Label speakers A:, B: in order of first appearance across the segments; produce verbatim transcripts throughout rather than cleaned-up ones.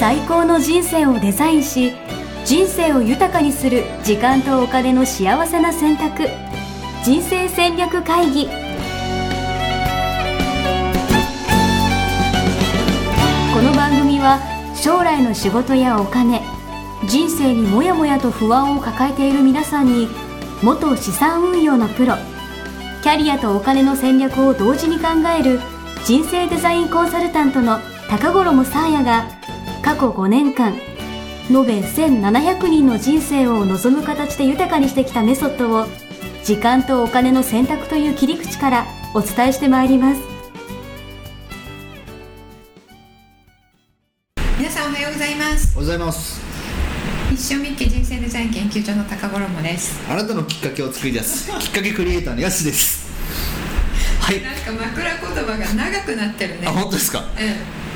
A: 最高の人生をデザインし、人生を豊かにする時間とお金の幸せな選択、人生戦略会議。この番組は将来の仕事やお金、人生にもやもやと不安を抱えている皆さんに、元資産運用のプロ、キャリアとお金の戦略を同時に考える人生デザインコンサルタントの高頃もさあやが、過去ごねんかん延べせんななひゃくにんの人生を望む形で豊かにしてきたメソッドを、時間とお金の選択という切り口からお伝えしてまいります。
B: 皆さんおはようございます。
C: おはようございます。
B: 一生日記人生デザイン研究所の高頃もです。
C: あなたのきっかけを作り出すきっかけクリエイターのやすです。はい。
B: なんか枕言葉が長くなってるね。
C: あ、本当ですか。
B: うん。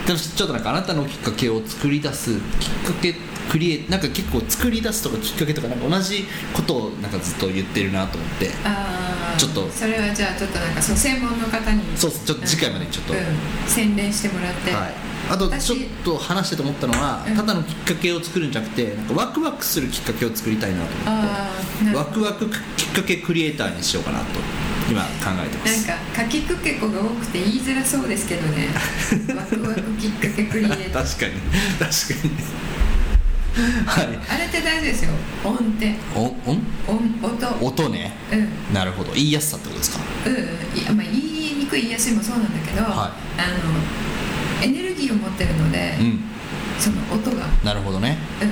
C: でもちょっとなんかあなたのきっかけを作り出すきっかけクリエなんか結構作り出すとかきっかけとかなんか同じことをなんかずっと言ってるなと思って。
B: ああ。
C: ちょっと
B: それはじゃあちょっとなんかそう専門の方に。
C: そうちょっと次回までにちょっと、
B: うんうん、洗練してもらって。
C: はい。あとちょっと話してと思ったのは、ただのきっかけを作るんじゃなくて、なんかワクワクするきっかけを作りたいなと思って、あワクワクきっかけクリエイターにしようかなと今考えてます。
B: なんかかきくけこが多くて言いづらそうですけどね。ワクワクきっかけクリエイター。
C: 確かに確かに。はい。
B: あれって大事ですよ。音程。
C: お音
B: 音
C: 音ね。うん。なるほど。言いやすさってことですか。
B: うん。いやまあ言いにくい言いやすいもそうなんだけど、はい、あの。エネルギーを持ってるので、うん、その音が
C: なるほどね、
B: うん、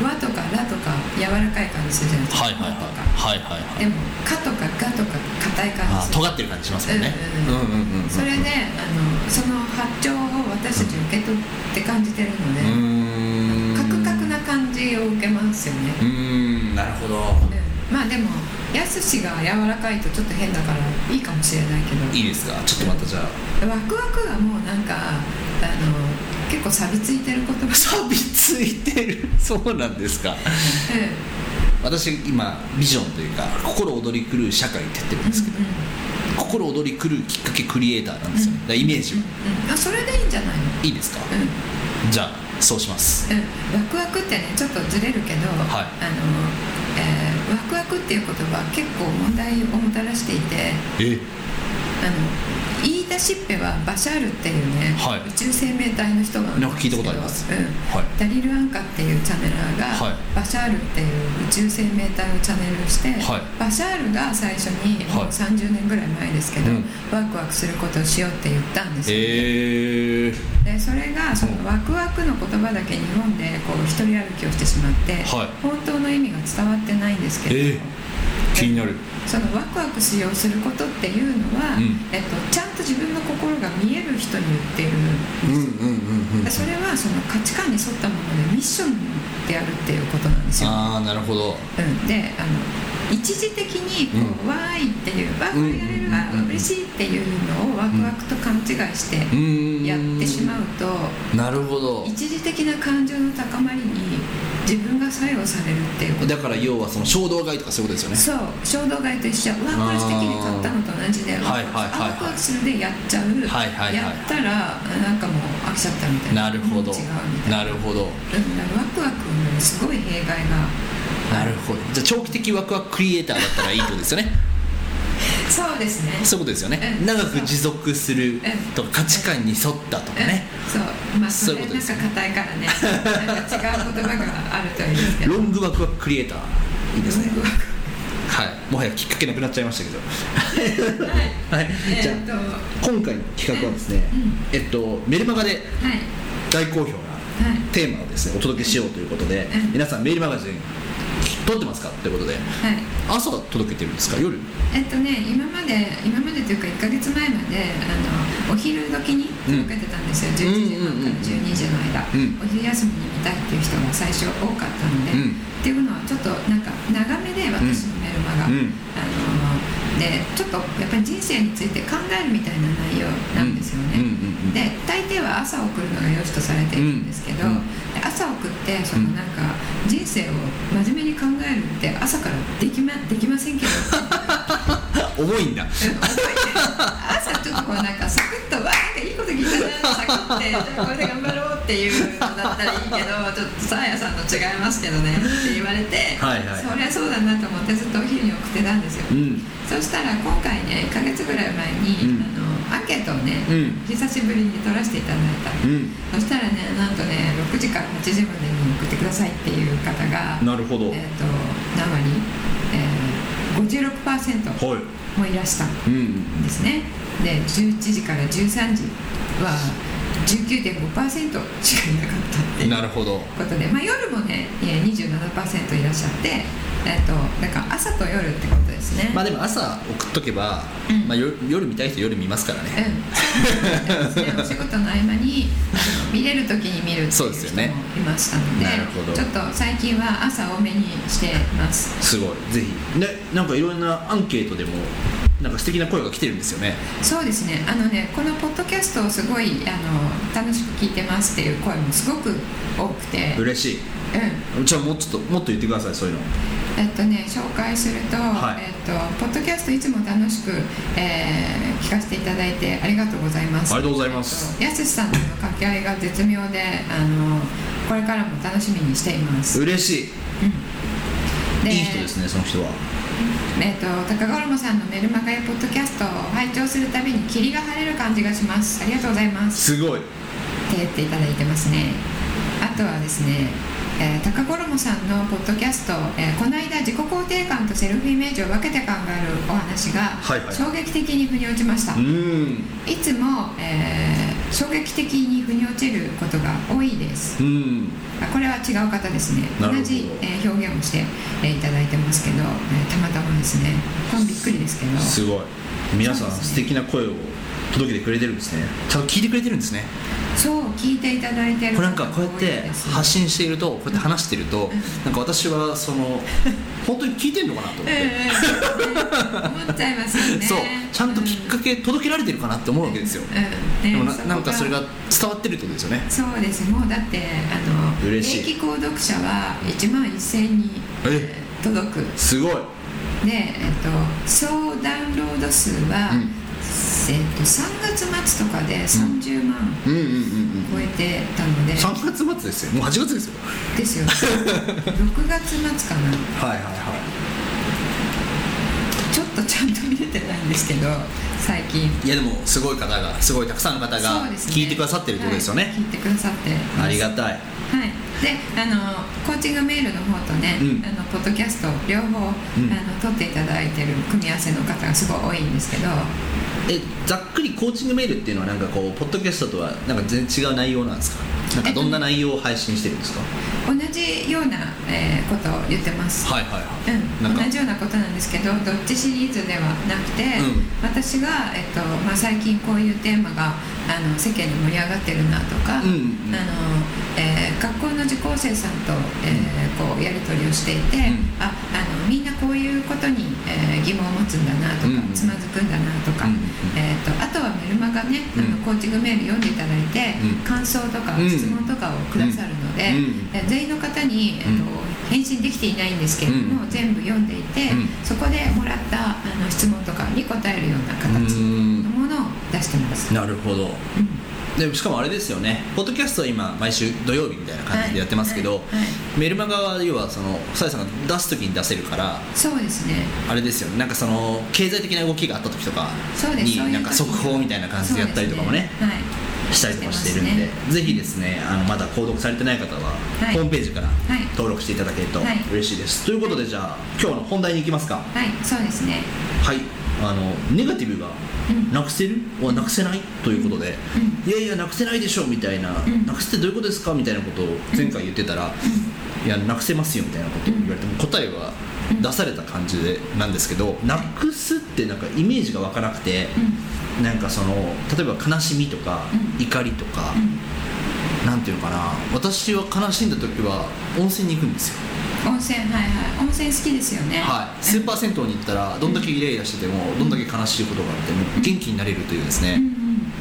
B: あの和とかラとか柔らかい感じするじゃないですか。
C: はいはいはいはいはいはい。
B: でもカとかガとか硬い感じする。
C: 尖ってる感じしますよね。
B: それであのその波長を私たち受け取って感じてるので、うん、カクカクな感じを受けますよね。
C: うーん、なるほど、うん、
B: まあでもやすしが柔らかいとちょっと変だからいいかもしれないけど。
C: いいですか。ちょっとまたじゃ
B: あワクワクがもうなんかあの結構錆びついてる言葉。
C: 錆びついてる。そうなんですか。うん、私今ビジョンというか心躍り狂う社会って言ってるんですけど、うんうん、心躍り狂うきっかけクリエイターなんですよ、ね、うん、だイメージを、
B: うんうん、あそれでいいんじゃないの。
C: いいですか、うん、じゃあそうします、
B: うん、ワクワクってねちょっとずれるけど、はい、あのえー、ワクワクっていう言葉結構問題をもたらしていて、
C: え
B: あの言い出しっぺはバシャールっていうね、はい、宇宙生命体の人が
C: なんか聞いたことあります、
B: うんはい、ダリル・アンカっていうチャネラーが、はい、バシャールっていう宇宙生命体をチャネルして、はい、バシャールが最初にもうさんじゅうねんぐらい前ですけど、はい、ワクワクすることをしようって言ったんですよ、ね、
C: えー、
B: でそれがそのワクワクの言葉だけ日本でこう一人歩きをしてしまって、はい、本当の意味が伝わってないんですけど、えー、
C: 気になる。
B: そのワクワクしようすることっていうのは、うんえっと、ちゃんと自分の心が見える人に言ってるんです。それはその価値観に沿ったものでミッションであるっていうことなんですよ。
C: ああ、なるほど、
B: うん、であの一時的にこう、うん、わーいっていうワクワクやれるわ、うん、嬉しいっていうのをワクワクと勘違いしてやってしまうと、
C: うん、なるほど、
B: 一時的な感情の高まりに自分が作用されるっていうこと。
C: だから要はその衝動買いとかそういうことですよね。
B: そう、衝動買いと一緒。うわこれ素敵に買ったのと同じで、ワクワクするでやっちゃう、はいはいはいはい、やったらなんかもう飽きちゃったみたいな。
C: なるほど、
B: 違うみたいな。
C: なるほど、
B: ワクワクのすごい弊害が。
C: なるほど。じゃあ長期的ワクワククリエイターだったらいいってことですよね。
B: そうですね。
C: そういうことですよね、うん、長く持続するとか、うん、価値観に沿ったとかね、
B: うん、そう、まあそれなんか硬いからね、なんか違う言葉があるといいですけど。
C: ロングワクワククリエイターいいですね。はい、もはやきっかけなくなっちゃいましたけどはい、はい、じゃあ、えー、今回の企画はですね、うん、えっとメルマガで大好評なテーマをですねお届けしようということで、うん、皆さんメールマガジン撮ってますかってことで、はい、朝届けてるんですか、夜？
B: えっとね、今まで今までというかいっかげつまえまであのお昼時に届けてたんですよ、うん、じゅういちじはんからじゅうにじの間、うん、お昼休みに見たいっていう人が最初多かったので、うん、っていうのはちょっとなんか長めで私のメルマガ、うん、あのでちょっとやっぱり人生について考えるみたいな内容なんですよね、うんうんうん、で大抵は朝送るのが良しとされているんですけど、うん、朝送ってそのなんか人生を真面目に考えるって朝からできま、できませんけど
C: 重いんだ。
B: 重いね。朝ちょっとこうなんかサクッとわーなんかいいこと聞いたな、サってじゃあこれで頑張ろうっていうのだったらいいけどちょっとサーヤさんと違いますけどねって言われて、はいはい、そりゃそうだなと思ってずっとお昼に送ってたんですよ、うん、そしたら今回ねいっかげつぐらい前に、うん、あのアンケートをね、うん、久しぶりに取らせていただいた、うん、そしたらねなんとねろくじからはちじまでに送ってくださいっていう方が
C: なるほど、
B: えー、と何割、えー、ごじゅうろくパーセントもいらしたんですね、うん、でじゅういちじからじゅうさんじは じゅうきゅうてんごパーセント しかいなかったっていうことで、まあ、夜もね にじゅうななパーセント いらっしゃって、えー、とだから朝と夜ってことですね。
C: まあでも朝送っとけば、うんまあ、夜, 夜見たい人夜見ますからね、
B: うんそうですね、お仕事の合間にあの見れる時に見るっていう人もいましたので、ね、ちょっと最近は朝多めにしてます。
C: すごい、ぜひ、ね、なんかいろんなアンケートでもなんか素敵な声が来てるんですよね。
B: そうですね、あのねこのポッドキャストをすごいあの楽しく聞いてますっていう声もすごく多くて
C: 嬉しい、うん、じゃあもうちょっともっと言ってください。そういうの
B: えっとね紹介すると、はいえっと、ポッドキャストいつも楽しく、えー、聞かせていただいてありがとうございます。
C: ありがとうございます。
B: やすしさんとの掛け合いが絶妙であのこれからも楽しみにしています。
C: 嬉しい、うん、でいい人ですねその人は。
B: えー、と高衣さんのメルマガやポッドキャストを拝聴するたびに霧が晴れる感じがします。ありがとうございます。
C: すごいって
B: 言っていただいてますね。あとはですね、えー、高衣さんのポッドキャスト、えー、この間自己肯定感とセルフイメージを分けて考えるお話が衝撃的に腑に落ちました、はいはい、うんいつも、えー、衝撃的に腑に落ちることが多いです。うんこれは違う方ですね。同じ、えー、表現をして、えー、いただいてますけど、えー、たまたまですね。これびっくりですけど
C: すごい皆さん、ね、素敵な声を届けてくれてるんですね。ちゃんと聞いてくれてるんですね。
B: そう聞いていただいてる
C: これなんかこうやって発信しているとこうやって話してると、うん、なんか私はその本当に聞いてるのかなと思って、え
B: ー、思っちゃいますよね。
C: そうちゃんときっかけ届けられてるかなって思うわけですよ、うんうん、でも な, なんかそれが伝わってるってことですよね。
B: そうです。もうだってあの定期購読者はいちまんせんにん届く。
C: すごい
B: で、えっと、総ダウンロード数は、うんえっと、さんがつ末とかでさんじゅうまん超えてたので、うんうんうんうん、
C: さんがつ末ですよ。もうはちがつですよ。
B: ですよろくがつ末かな
C: はいはいはい。
B: ちょっとちゃんと見れてないんですけど最近。
C: いやでもすごい方がすごいたくさんの方が聞いてくださってるってことですよね。はい、
B: 聞いてくださって
C: ありがたい。
B: はい、であのコーチングメールの方とね、うん、あのポッドキャスト両方、うん、あの取っていただいてる組み合わせの方がすごい多いんですけど、
C: えざっくりコーチングメールっていうのはなんかこうポッドキャストとはなんか全然違う内容なんですか。なんかどんな内容を配信してるんですか。
B: 同じような、えー、ことを言ってます。
C: はいはいはい、
B: うん、同じようなことなんですけどどっちシリーズではなくて、うん、私が、えっとまあ、最近こういうテーマがあの世間で盛り上がってるなとか、うんうん、あのえー、学校の受講生さんと、えー、こうやり取りをしていて、うん、ああのみんなこういうことに、えー、疑問を持つんだなとか、うん、つまずくんだなとか、うんえー、とあとはメルマガね、うん、あのコーチングメール読んでいただいて、うん、感想とか質問とかをくださるので、うんえー、全員の方に、えー、と返信できていないんですけれども、うん、全部読んでいて、うん、そこでもらったあの質問とかに答えるような形のものを出してます。
C: なるほど、うんでしかもあれですよね、ポッドキャストは今毎週土曜日みたいな感じでやってますけど、はいはいはい、メルマガは要はそのさやさんが出す時に出せるから、
B: そうですね、
C: あれですよね、なんかその経済的な動きがあった時とかになんか速報みたいな感じでやったりとかもね、ねはい、したりとかしてるんで、ね、ぜひですねあのまだ購読されてない方は、はい、ホームページから登録していただけると嬉しいです、はい、ということでじゃあ今日の本題に行きますか。
B: はい、そうですね。
C: はい、あのネガティブがなくせるはなくせないということで、うん、いやいやなくせないでしょみたいな、うん、なくせってどういうことですかみたいなことを前回言ってたら、うん、いやなくせますよみたいなことを言われても答えは出された感じでなんですけど、なくすってなんかイメージが湧かなくて、うん、なんかその例えば悲しみとか、うん、怒りとか、うん、なんていうのかな、私は悲しんだ時は温泉に行くんですよ。
B: 温泉、はいはい、温泉好きですよね。
C: はい、スーパー銭湯に行ったらどんだけイライラしてても、うん、どんだけ悲しいことがあっても元気になれるというですね、うんうん、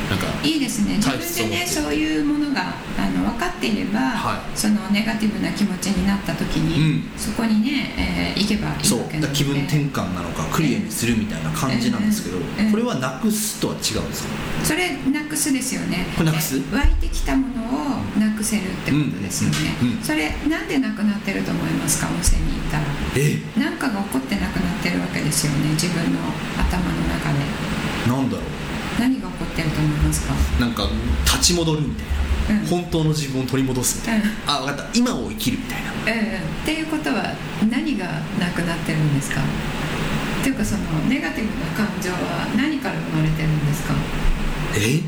C: なんか
B: いいですね。自分でねそういうものがあの分かっていれば、はい、そのネガティブな気持ちになった時に、うん、そこにね、えー、行けばいいわけなので、
C: そう気分転換なのかクリアにするみたいな感じなんですけど、えーえー、これはなくすとは違うんですか？
B: それなくすですよね。
C: これなくす？
B: 湧いてきたものをなくせるってことですよね、うんうんうん、それなんでなくなってると思いますか？温泉に行ったら何かが起こってなくなってるわけですよね。自分の頭の中で
C: なんだろう、
B: 何が起こってると思いますか？
C: なんか立ち戻るみたいな、うん、本当の自分を取り戻すみたいな、うん、あ、分かった、今を生きるみたいな、
B: うんうん、っていうことは何がなくなってるんですか？っていうかそのネガティブな感情は何から生まれてるんですか？
C: え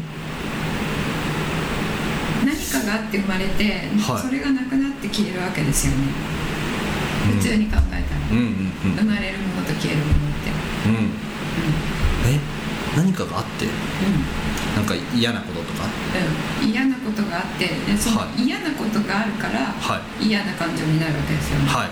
B: 何かがあって生まれて、はい、それがなくなって消えるわけですよね、うん、普通に考えたら、うんうんうん、生まれるものと消えるものって、うんうん、
C: え何かがあって、うん、なんか嫌なこととか、
B: うん、嫌なことがあってでその嫌なことがあるから、はい、嫌な感情になるわけですよね、はい、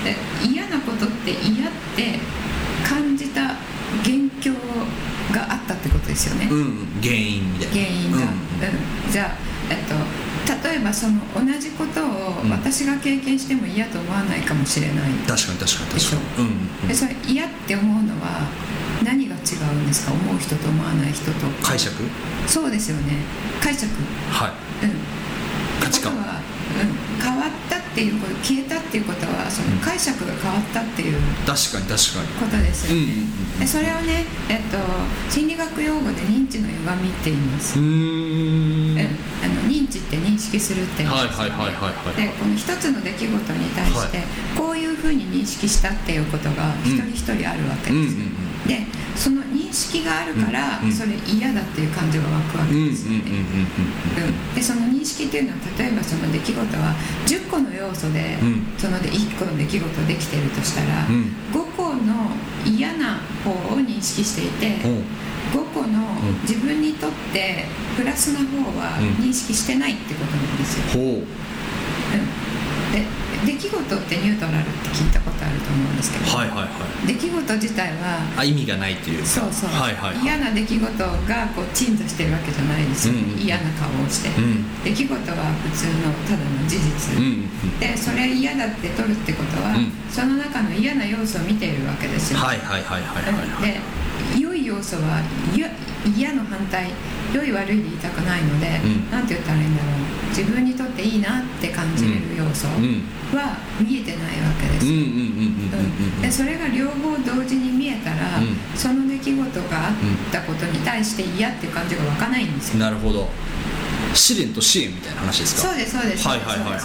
B: で嫌なことって嫌って感じた元凶があったってことですよね、
C: うん、原因みたいな
B: 原因が、うんうん、じゃあ、えっと、例えばその同じことを私が経験しても嫌と思わないかもしれない、うん、
C: 確かに確かに確かに、うんうん、
B: でそれ嫌って思うのは何が違うんですか？思う人と思わない人と
C: 解釈？
B: そうですよね、解釈、
C: はい、うん、価値観
B: は、うん、変わったっていうこと消えたっていうことはその解釈が変わったっていう、うん、
C: 確かに確かに
B: ことですよね、うんうんうん、でそれをね、えっと、心理学用語で認知の歪みって言います。うーん、うん、あの認知って認識するって言うんですよね。でこの一つの出来事に対して、はい、こういうふうに認識したっていうことが一人一人あるわけです、うんうんうんうん、でその認識があるから、うんうん、それ嫌だっていう感情が湧くわけですよね。でその認識っていうのは例えばその出来事はじゅっこの要素で、うん、そのいっこの出来事できてるとしたら、うん、ごこの嫌な方を認識していて、うん、ごこの自分にとってプラスな方は認識してないってことなんですよ、うんうん、で出来事ってニュートラルって聞いたことあると思うんですけど、はいはいはい、出来事自体は
C: あ意味がないっていうか、
B: そうそう、はいはいはい、嫌な出来事がこう鎮座してるわけじゃないですよ、うんうん、嫌な顔をして、うん、出来事は普通のただの事実、うんうん、でそれ嫌だって取るってことは、うん、その中の嫌な要素を見ているわけですよ、はいはいはいはいはい、で良い要素は嫌の反対、良い悪いで言いたくないので、うん、なんて言ったらいいんだろう、自分にとっていいなって感じれる要素は見えてないわけです。でそれが両方同時に見えたら、うん、その出来事があったことに対して嫌っていう感じが湧かないんですよ。
C: なるほど。試練と支援みたいな話ですか？
B: そうですそうです。はいはいはいはい。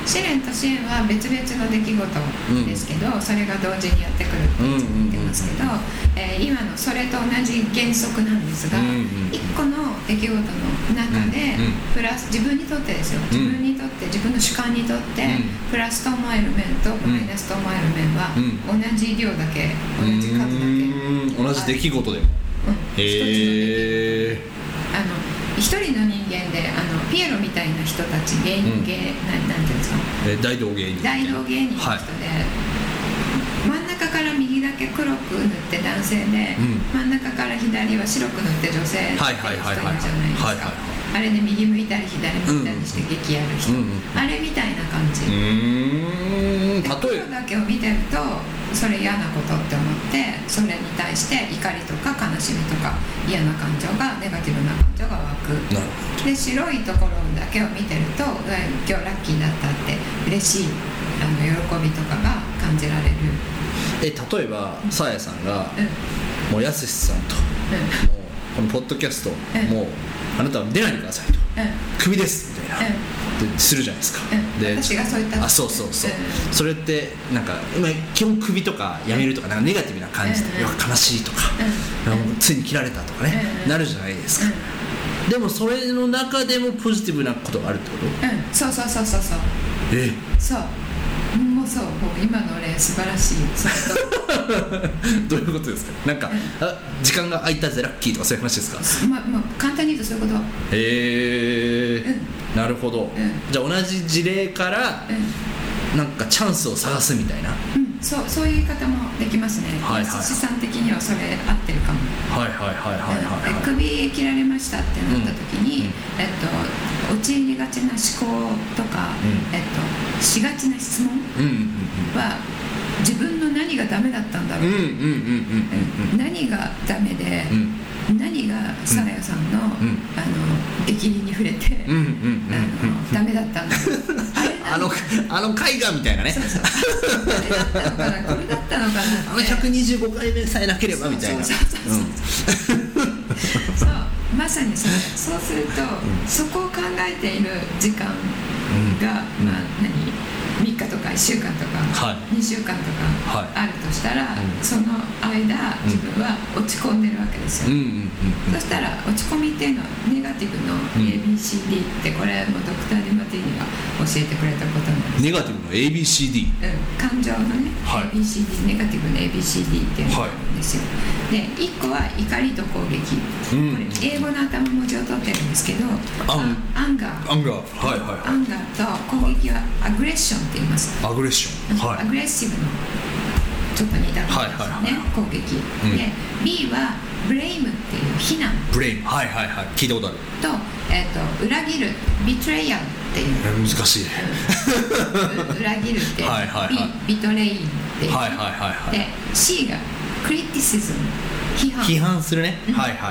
B: 試練と支援は別々の出来事ですけど、うん、それが同時にやってくるって言ってますけど、えー、今のそれと同じ原則なんですが、うんうん、いっこの出来事の中で、うんうん、プラス自分にとってですよ、自分にとって自分の主観にとって、うん、プラスと思える面とマイナスと思える面は、うん、同じ量だけ、同じ数だけ、
C: 同じ出来事でも、うん、へー、
B: あの一人の人間であのピエロみたいな人たち芸人芸、うん、な, なんていうんですか、
C: えー、大道芸人
B: 大道芸人の人で、はい、真ん中から右だけ黒く塗って男性で、うん、真ん中から左は白く塗って女性っていう人いるじゃないですか。あれで右向いたり左向いたりして劇やる人、うんうんうん、あれみたいな感じ。うーん、例えば黒だけを見てるとそれ嫌なことって思って、それに対して怒りとか悲しみとか嫌な感情が、ネガティブな感情が湧く。で白いところだけを見てると、今日ラッキーだったって嬉しいあの喜びとかが感じられる。
C: え例えばさやさんが、うん、もうやすしさんと、うん、もうこのポッドキャスト、うん、もうあなたは出ないでくださいと、うん、クビですみたいな、うん、でするじゃないですか、
B: うん、で私がそう言ったんです。
C: あそうそうそう、うん、それってなんか今基本クビとか辞めるとか、なんかネガティブな感じで、うん、悲しいとか、うん、ついに切られたとかね、うん、なるじゃないですか、うん、でもそれの中でもポジティブなことがあるってこと？
B: うん、そうそうそうそうそう、
C: え
B: そうもうそう、もう今の例素晴らしい。
C: どういうことですか？なんか、うん、あ時間が空いたぜラッキーとかそういう話ですか？
B: まま簡単に言うとそういうこと。
C: へえ、うん、なるほど、うん、じゃあ同じ事例から、うん、なんかチャンスを探すみたいな、うん、
B: そう、そういう言い方もできますね。はいはい、資産的にはそれ合ってるかも。
C: はいはいはいはいはい、はい、
B: 首切られましたってなった時に、うん、えっと陥りがちな思考とか、うん、えっとしがちな質問は、自分の何がダメだったんだろう、何がダメで、うん、何がサラヤさんの、うん、あの逆鱗に触れて、うんうんうん、あのダメだったんだろう
C: あのあの絵画みたいなね、
B: そうそう、あれだったのかな、これだったのかな、
C: あのひゃくにじゅうごかいめさえなければみたいな、
B: そうそうそうそう、まさにそれ。そうすると、うん、そこを考えている時間が、うん、まあ、何みっかとかいっしゅうかんとか、はい、にしゅうかんとかあるとしたら、はい、その間自分は落ち込んでるわけですよ、うんうんうんうん、そしたら落ち込みっていうのはネガティブの エービーシーディー ってこれもドクター・ディマティーニが教えてくれたことなんです。
C: ネガティブの エービーシーディー、
B: うん、感情のね、はい、エービーシーディー、ネガティブの エービーシーディー っていうのがあるんですよ、はい、でいっこは怒りと攻撃、うん、これ英語の頭文字を取ってるんですけど、アンガー、
C: アンガー、はいはいはい、
B: アンガーと攻撃はアグレッションって言います。
C: アグレッション、はい、
B: アグレッシブのちょっと似た感じですね、はいはいはい、攻撃、うん、で B はブレイムっていう非難、
C: ブレイム、はいはいはい、聞いたことある
B: と、えー、と裏切る、ビトレイアルっていう、
C: 難しい、
B: うん、裏切るっていう、はいはいはい、ビ, ビトレインっていう、はいはいはいはい、で C がクリティシズム、批判、
C: 批判するね、うん、はいはいはい、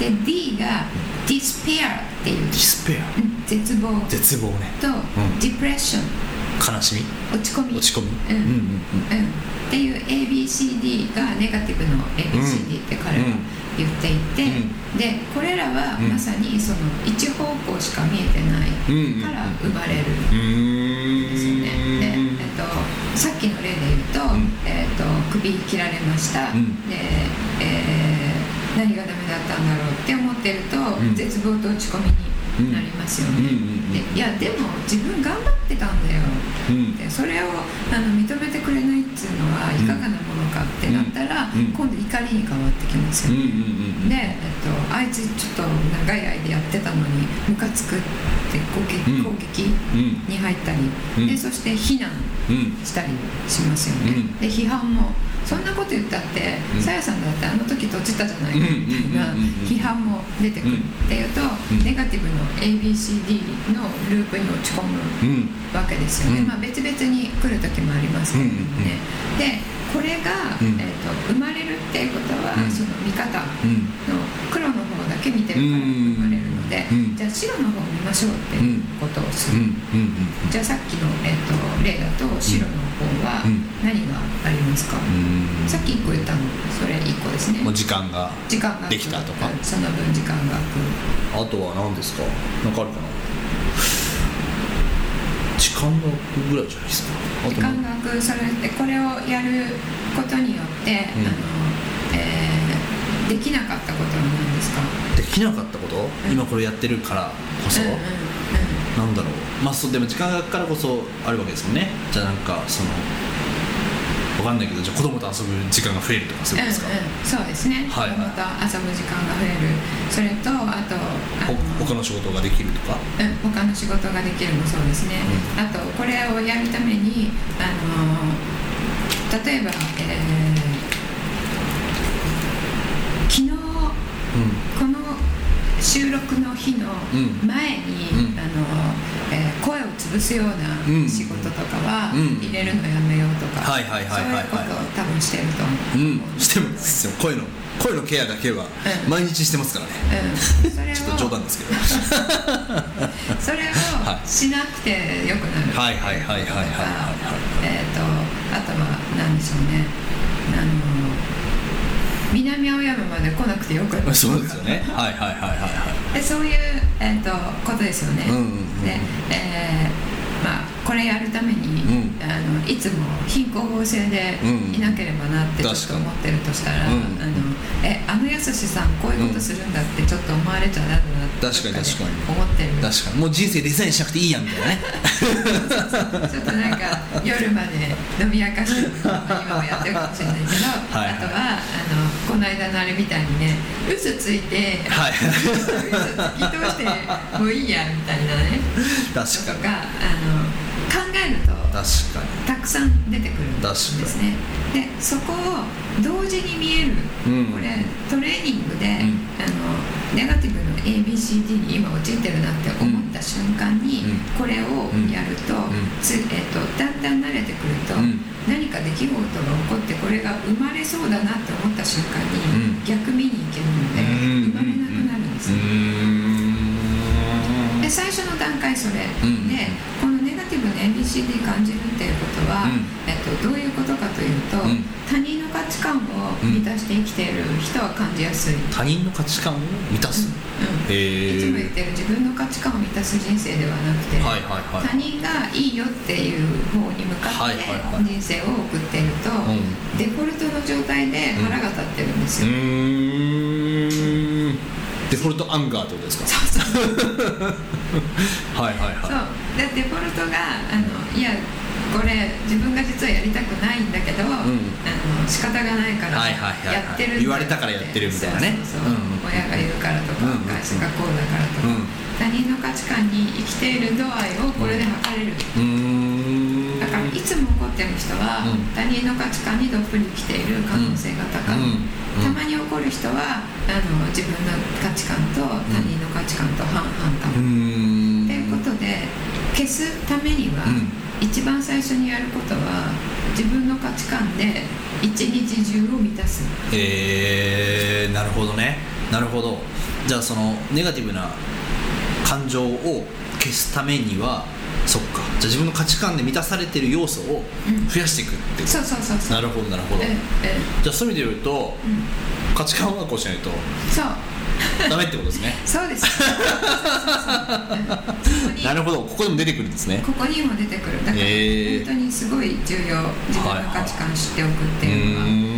B: で D がディスペアっていう、
C: ディスペア、
B: うん、絶望、
C: 絶望ね、
B: と、うん、ディプレッション、
C: 悲しみ、
B: 落ち込み、
C: 落ち込み、
B: うんうんうんうん、っていう エービーシーディー がネガティブの エービーシーディー って彼は言っていて、うん、でこれらはまさにその一方向しか見えてないから生まれるんですよね。で、えっと、さっきの例で言うと、うん、えっと、首切られました、うん、で、えー、何がダメだったんだろうって思ってると、うん、絶望と落ち込みになりますよね、うんうんうん、でいやでも自分頑張ってたんだよ、うん、でそれをあの認めてくれないっていうのはいかがなものかってなったら、うんうん、今度怒りに変わってきますよね、うんうんうん、で、えっと、あいつちょっと長い間やってたのにムカつくって攻撃、うん、攻撃に入ったり、うん、でそして非難したりしますよね、うん、で批判もそんなこと言ったってさやさんだってあの時閉じたじゃないかみたいな批判も出てくるっていうと、ネガティブの エービーシーディー のループに落ち込むわけですよね、まあ、別々に来る時もありますけどもね。でこれが、えー、と生まれるっていうことは、その見方の黒の方だけ見てるから生まれるので、じゃあ白の方を見ましょうっていうことをする。じゃあさっきの、えー、と例だと白の方は何がありますか？さっきいっこ言ったのそれいっこですね。
C: もう時間ができたとか、
B: その分時間が空く。
C: あとは何ですか？なんかあるかな？時間が空くぐらいじゃないですか。
B: 時間が空く、それでこれをやることによって、うん、あのえー、できなかったことは何ですか？
C: できなかったこと、うん、今これやってるからこそ、うんうんうん、なんだろう、まあそうでも時間がからこそあるわけですもんね。じゃあなんかそのわかんないけど、じゃあ子供と遊ぶ時間が増えるとかそういうことですか？
B: うんうん、そうですね、はいはい、子供と遊ぶ時間が増える、それとあとあの
C: 他の仕事ができるとか、
B: うん、他の仕事ができるもそうですね、うん、あとこれをやるためにあの例えば、えー、昨日、うん、この収録の日の前に、うん、あのえー、声を潰すような仕事とかは入れるのやめようとか、そういうことを多分してると思う、
C: うん、してますよ。声の声のケアだけは毎日してますからね、うん、それをちょっと冗談ですけど
B: それをしなくてよくなるとか、
C: はいはいはいはいはいはい、
B: えーと、あとは何でしょうね、あの南青山まで来なくてよくなる。
C: そうですよね。はいはいはいはいはい。
B: でそういう、えー、とことですよね。うんうんうん、で、えー、まあこれやるために、うん、あのいつも貧困法制でいなければなってちょっと思ってるとしたら、うん、あのえあのやすしさんこういうことするんだってちょっと思われちゃダメだなって思ってる。
C: 確かにもう人生デザインしなくていいやんみたいなね。
B: ちょっとなんか夜まで飲み明かしてるの今はやってるかもしれないけど、はいはい、あとはあのこの間のあれみたいにね、嘘ついて、はい、嘘つき通してもういいやみたいなね、
C: 確かに
B: とかあのえると
C: 確かに
B: たくさん出てくるんですね。でそこを同時に見える、うん、これトレーニングで、うん、あのネガティブの エービーシーディー に今陥ってるなって思った瞬間に、うん、これをやると、うんつえー、とだんだん慣れてくると、うん、何か出来事が起こってこれが生まれそうだなって思った瞬間に、うん、逆見に行けるので、うん、生まれなくなるんですよ、うん、で最初の段階それ、うん、でこのネガティブの エービーシーディー 感じるっていうことは、うんえっと、どういうことかというと、うん、他人の価値観を満たして生きている人は感じやすい。
C: 他人の価値観を満たす、うんうんえー、
B: いつも言ってる自分の価値観を満たす人生ではなくて、はいはいはい、他人がいいよっていう方に向かって人生を送っていると、はいはいはい、デフォルトの状態で腹が立ってるんですよ、うん、う
C: ーんデフォルトアンガーってことですか？そうそうはいはいはい。
B: そうでデフォルトがあのいやこれ自分が実はやりたくないんだけど、うん、あの仕方がないからやってるんだって、
C: 言われたからやってるみたいなね。
B: そうそうそう、うん、親が言うからとか、うん、会社がこうだからとか、うん、他人の価値観に生きている度合いをこれで測れる、うん、だからいつも怒ってる人は、うん、他人の価値観にどっぷり生きている可能性が高い、うんうん、たまに怒る人はあの自分の価値観と他人の価値観と半々かも、うん、ということで消すためには、うん一番最初にやることは自分の価値観で一日中を満たす。
C: へー、なるほどね。なるほど。じゃあそのネガティブな感情を消すためには、そっか、じゃあ自分の価値観で満たされている要素を増やしていくっていう、うん、そうそうそうそう。なるほどなるほど、ええ、じゃあそういう意味で言うと、うん、価値観ワークをしないとそうダメってことですね。
B: そうです。
C: なるほど、ここでも出てくるんですね。
B: ここにも出てくる。だから本当にすごい重要、自分の価値観知っておくっていうのは、はいはい、うん、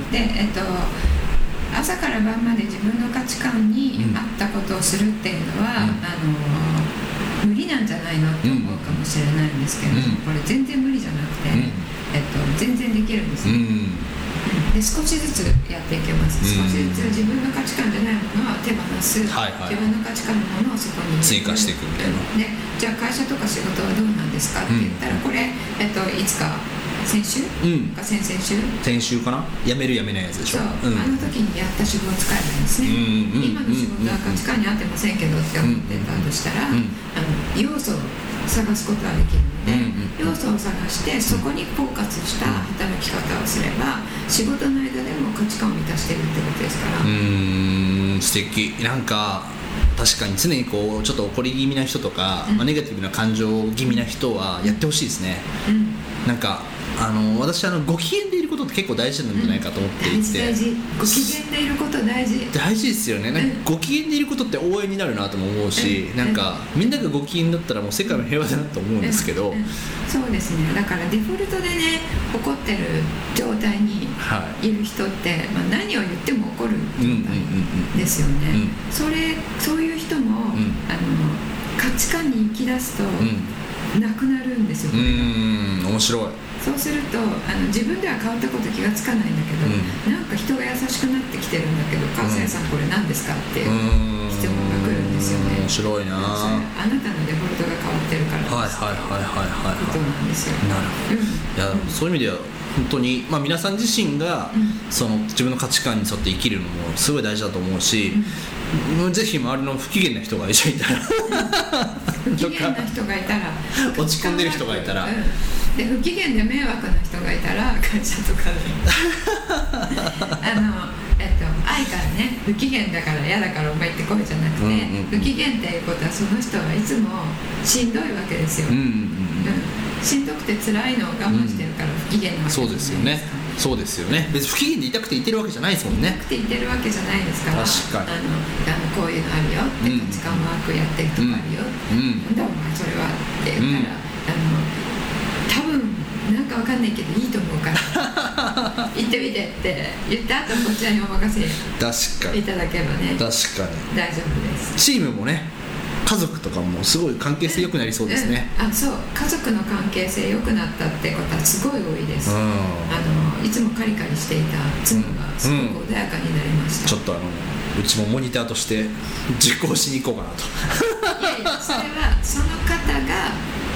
B: で、えっと朝から晩まで自分の価値観に合ったことをするっていうのは、うん、あの無理なんじゃないのって思うかもしれないんですけど、うん、これ全然無理じゃなくて、うん、えっと、全然できるんですね、うんで少しずつやっていけます。少しずつ自分の価値観じゃないものは手放す、はいはい、自分の価値観のものをそこに
C: 追加していくみたいな。
B: でじゃあ会社とか仕事はどうなんですかって言ったら、うん、これ、えっと、いつか先週、うん、か先々週
C: 先週かな、辞める辞めないやつでしょ。
B: そう、うん、あの時にやった仕事を使えばいいんですね、うんうん、今の仕事は価値観に合ってませんけどって思ってたとしたら、うんうん、あの要素を探すことができるので、うんうん、要素を探してそこにフォーカスした働き方をすれば仕事の間でも価値観を満たしているってことですから。
C: うーん、素敵。なんか確かに常にこうちょっと怒り気味な人とか、うんまあ、ネガティブな感情気味な人はやってほしいですね、うん、なんかあの私あのご機嫌でいることって結構大事なんじゃないかと思っていて、うん、
B: 大事大事。ご機嫌でいること大事
C: 大事ですよね。なんかご機嫌でいることって応援になるなとも思うし、うん、なんかみんながご機嫌だったらもう世界の平和だなと思うんですけど、うんうん、
B: そうですね。だからデフォルトでね怒ってる状態にいる人って、はいまあ、何を言っても怒る状態ですよね、うんうんうんうん、それそういう人も、うん、あの価値観に生き出すと、うん、なくなるんですよ。これが
C: うん面白い。
B: そうするとあの自分では変わったこと気がつかないんだけど、うん、なんか人が優しくなってきてるんだけど、川瀬さんこれ何ですかっていう質問が来るんですよね。
C: 面白いな。
B: あなたのデフォルトが変わってるからです
C: はいはいはいはいはい、はい、
B: ことなんですよ。
C: なるほど、うん、いや、うん、そういう意味では本当に、まあ、皆さん自身が、うん、その自分の価値観に沿って生きるのもすごい大事だと思うし、うん、ぜひ周りの不機嫌な人がいたら
B: 不機嫌な人がいたら
C: 落ち込んでる人がいたら、うん
B: で不機嫌で迷惑な人がいたら会社とかであの、えっと、愛からね不機嫌だから嫌だからお前行ってこいじゃなくて、うんうんうん、不機嫌っていうことはその人はいつもしんどいわけですよ、うんうんうんうん、しんどくて辛いのを我慢してるから不機嫌なわけじゃないですか、うん、
C: そうですよね。そうですよね。別に不機嫌でいたくていてるわけじゃないですもんね。
B: いたくていてるわけじゃないですから。
C: 確かに。
B: あのあのこういうのあるよって価値観ワークやってるとかあるよ、うんうん、なんだお前それはって言ったら、うん、あの多分なんかわかんないけどいいと思うから行ってみてって言った後こちらにお任せいただければね、
C: 確かに
B: 大丈夫です。
C: チームもね、家族とかもすごい関係性良くなりそうですね、
B: うんうん、あそう家族の関係性良くなったってことはすごい多いです、うん、あのいつもカリカリしていた妻がすごく穏やかになりました、
C: うんうん、ちょっとあのうちもモニターとして実行しに行こうかなと
B: いやいやそれはその方が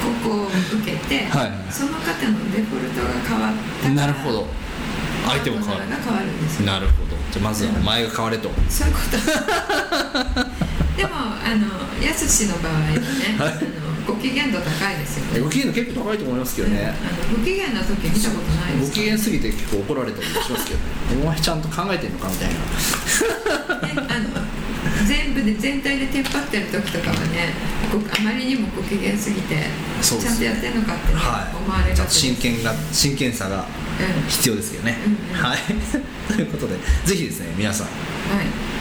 B: ここを受けて、はい、その方のデフォルトが変わった
C: なるほど相手も変わる
B: が変わるんですよ。
C: なるほど。じゃあまずは前が変われと、うん、
B: そういうことでもあのやすしの場合はね、はい、あのご機嫌度高いですよね。
C: ご機嫌度結構高いと思いますけどね、うん、あ
B: のご機嫌な時見たことないですか。
C: ご機嫌すぎて結構怒られたりしますけどねお前ちゃんと考えてんのかみたいな、ね、あの
B: 全部で全体でテンパってる時とかはねあまりにもご機嫌すぎてちゃんとやってんのかって、ねはい、思われがち
C: 真剣が真剣さが必要ですよね、うんうん、はいということでぜひですね皆さん、
B: はい、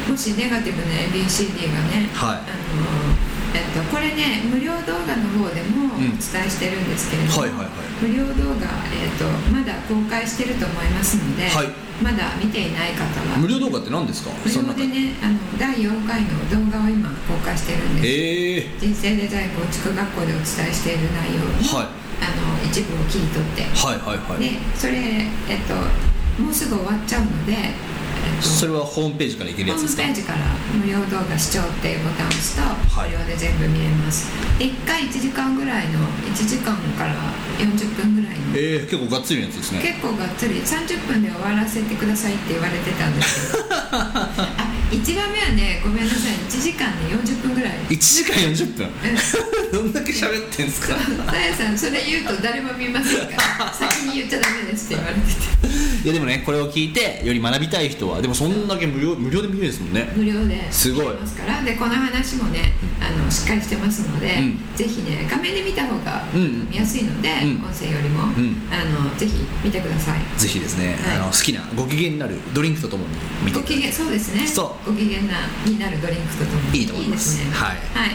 B: もしネガティブな エービーシーディー がね、はい、あのえっと、これね無料動画の方でもお伝えしてるんですけれども、うんはいはいはい、無料動画、えっと、まだ公開してると思いますので、はい、まだ見ていない方は
C: 無料動画って何ですか。
B: 無料でねあのだいよんかいの動画を今公開してるんです、えー、人生デザイン構築学校でお伝えしている内容の、はい、あの一部を切り取って、はいはいはい、でそれ、えっと、もうすぐ終わっちゃうので
C: それはホームページからいけるやつですか。
B: ホームページから無料動画視聴っていうボタンを押すと無料で全部見れます、はい、でいっかいいちじかんぐらいのいちじかんからよんじゅっぷんぐらいの、
C: えー、結構がっつりのやつですね。
B: 結構がっつりさんじゅっぷんで終わらせてくださいって言われてたんですけどあいちばんめはねごめんなさいいちじかんでよんじゅっぷんぐらい
C: いちじかんよんじゅっぷんどんだけ喋ってんすか。
B: さやさんそれ言うと誰も見ませんから先に言っちゃダメですって言われてて
C: いやでもねこれを聞いてより学びたい人はでもそんだけ無料無料で見れるんですもんね。
B: 無料です
C: ごい
B: ますからでこの話もねあのしっかりしてますので、うん、ぜひね画面で見た方が見やすいので、うん、音声よりも、うん、あのぜひ見てください。
C: ぜひですね、はい、あの好きなご機嫌になるドリンクとともに見てください。
B: ご機嫌そうですね。
C: そう
B: ご機嫌なになるドリンクとともに
C: いいと思います。いいですね。はい、はい、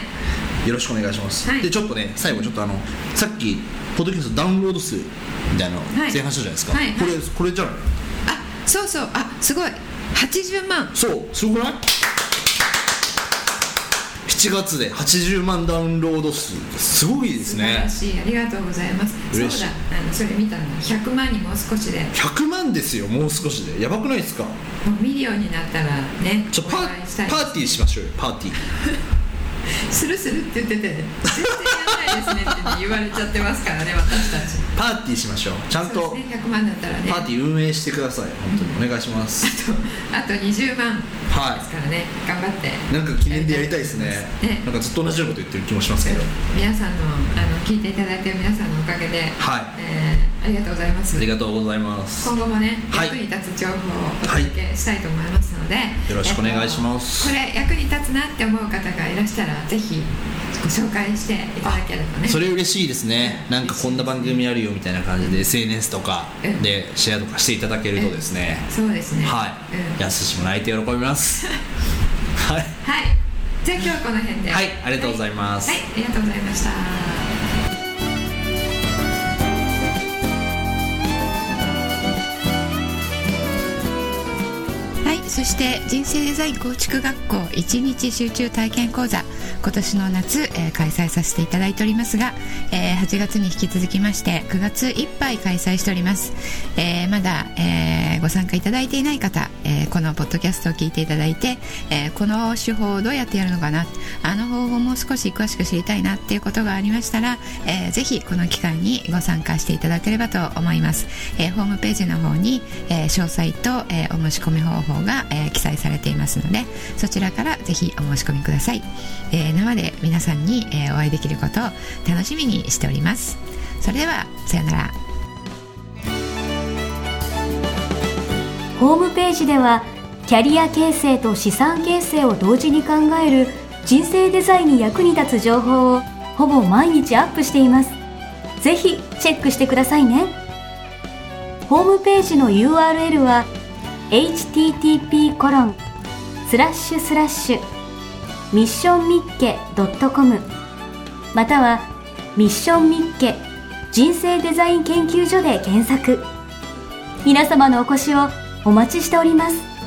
C: よろしくお願いします、はい、でちょっとね最後ちょっとあのさっきポッドキャストダウンロード数みたいなの前半したじゃないですか、はいはい、これこれじゃない。
B: あそうそうあすごいはちじゅうまん。
C: そうすごくないしちがつではちじゅうまんダウンロード数すごいですね。
B: 素晴らしいありがとうございます。嬉しい。そうだあのそれ見たのひゃくまんにもう少しで
C: ひゃくまんですよ。もう少しでやばくないですか。も
B: うミリオンになったらね
C: ちょパ, パーティーしましょうよパーティー
B: するするって言ってて全然やんないですねって、ね、言われちゃってますからね私たち。
C: パーティーしましょうちゃんと。
B: そうですねひゃくまんだったらね
C: パーティー運営してください本当にお願いします。
B: あとあとにじゅうまんですからね、はい、頑張って
C: なんか記念でやりたいですね。ねなんかずっと同じようなこと言ってる気もしますけど
B: 皆さんのあの聞いていただいている皆さんのおかげで、はいえー、ありがとうございます。
C: ありがとうございます。
B: 今後もね役に立つ情報をお届けしたいと思いますので、はい、
C: よろしくお願いします。
B: これ役に立つなって思う方がいらしたらぜひご紹介していただければね。
C: それ嬉しいですね。なんかこんな番組あるよみたいな感じで エスエヌエス とかでシェアとかしていただけるとですね、
B: うん、そうですね
C: はい、うん、やすしも泣いて喜びますはい、はい、
B: じゃあ今日はこの辺で。
C: はいありがとうございます。
B: はい、はい、ありがとうございました。そして人生デザイン構築学校いちにち集中体験講座今年の夏、えー、開催させていただいておりますが、えー、はちがつに引き続きましてくがついっぱい開催しております、えー、まだ、えー、ご参加いただいていない方、えー、このポッドキャストを聞いていただいて、えー、この手法をどうやってやるのかなあの方法もう少し詳しく知りたいなっていうことがありましたら、えー、ぜひこの機会にご参加していただければと思います、えー、ホームページの方に、えー、詳細と、えー、お申し込み方法がえー、記載されていますのでそちらからぜひお申し込みください、えー、生で皆さんに、えー、お会いできることを楽しみにしております。それではさよなら。
A: ホームページではキャリア形成と資産形成を同時に考える人生デザインに役に立つ情報をほぼ毎日アップしています。ぜひチェックしてくださいね。ホームページの ユーアールエル はエイチティーティーピーコロンスラッシュスラッシュミッションミッケドットコムまたはミッションミッケ人生デザイン研究所で検索。皆様のお越しをお待ちしております。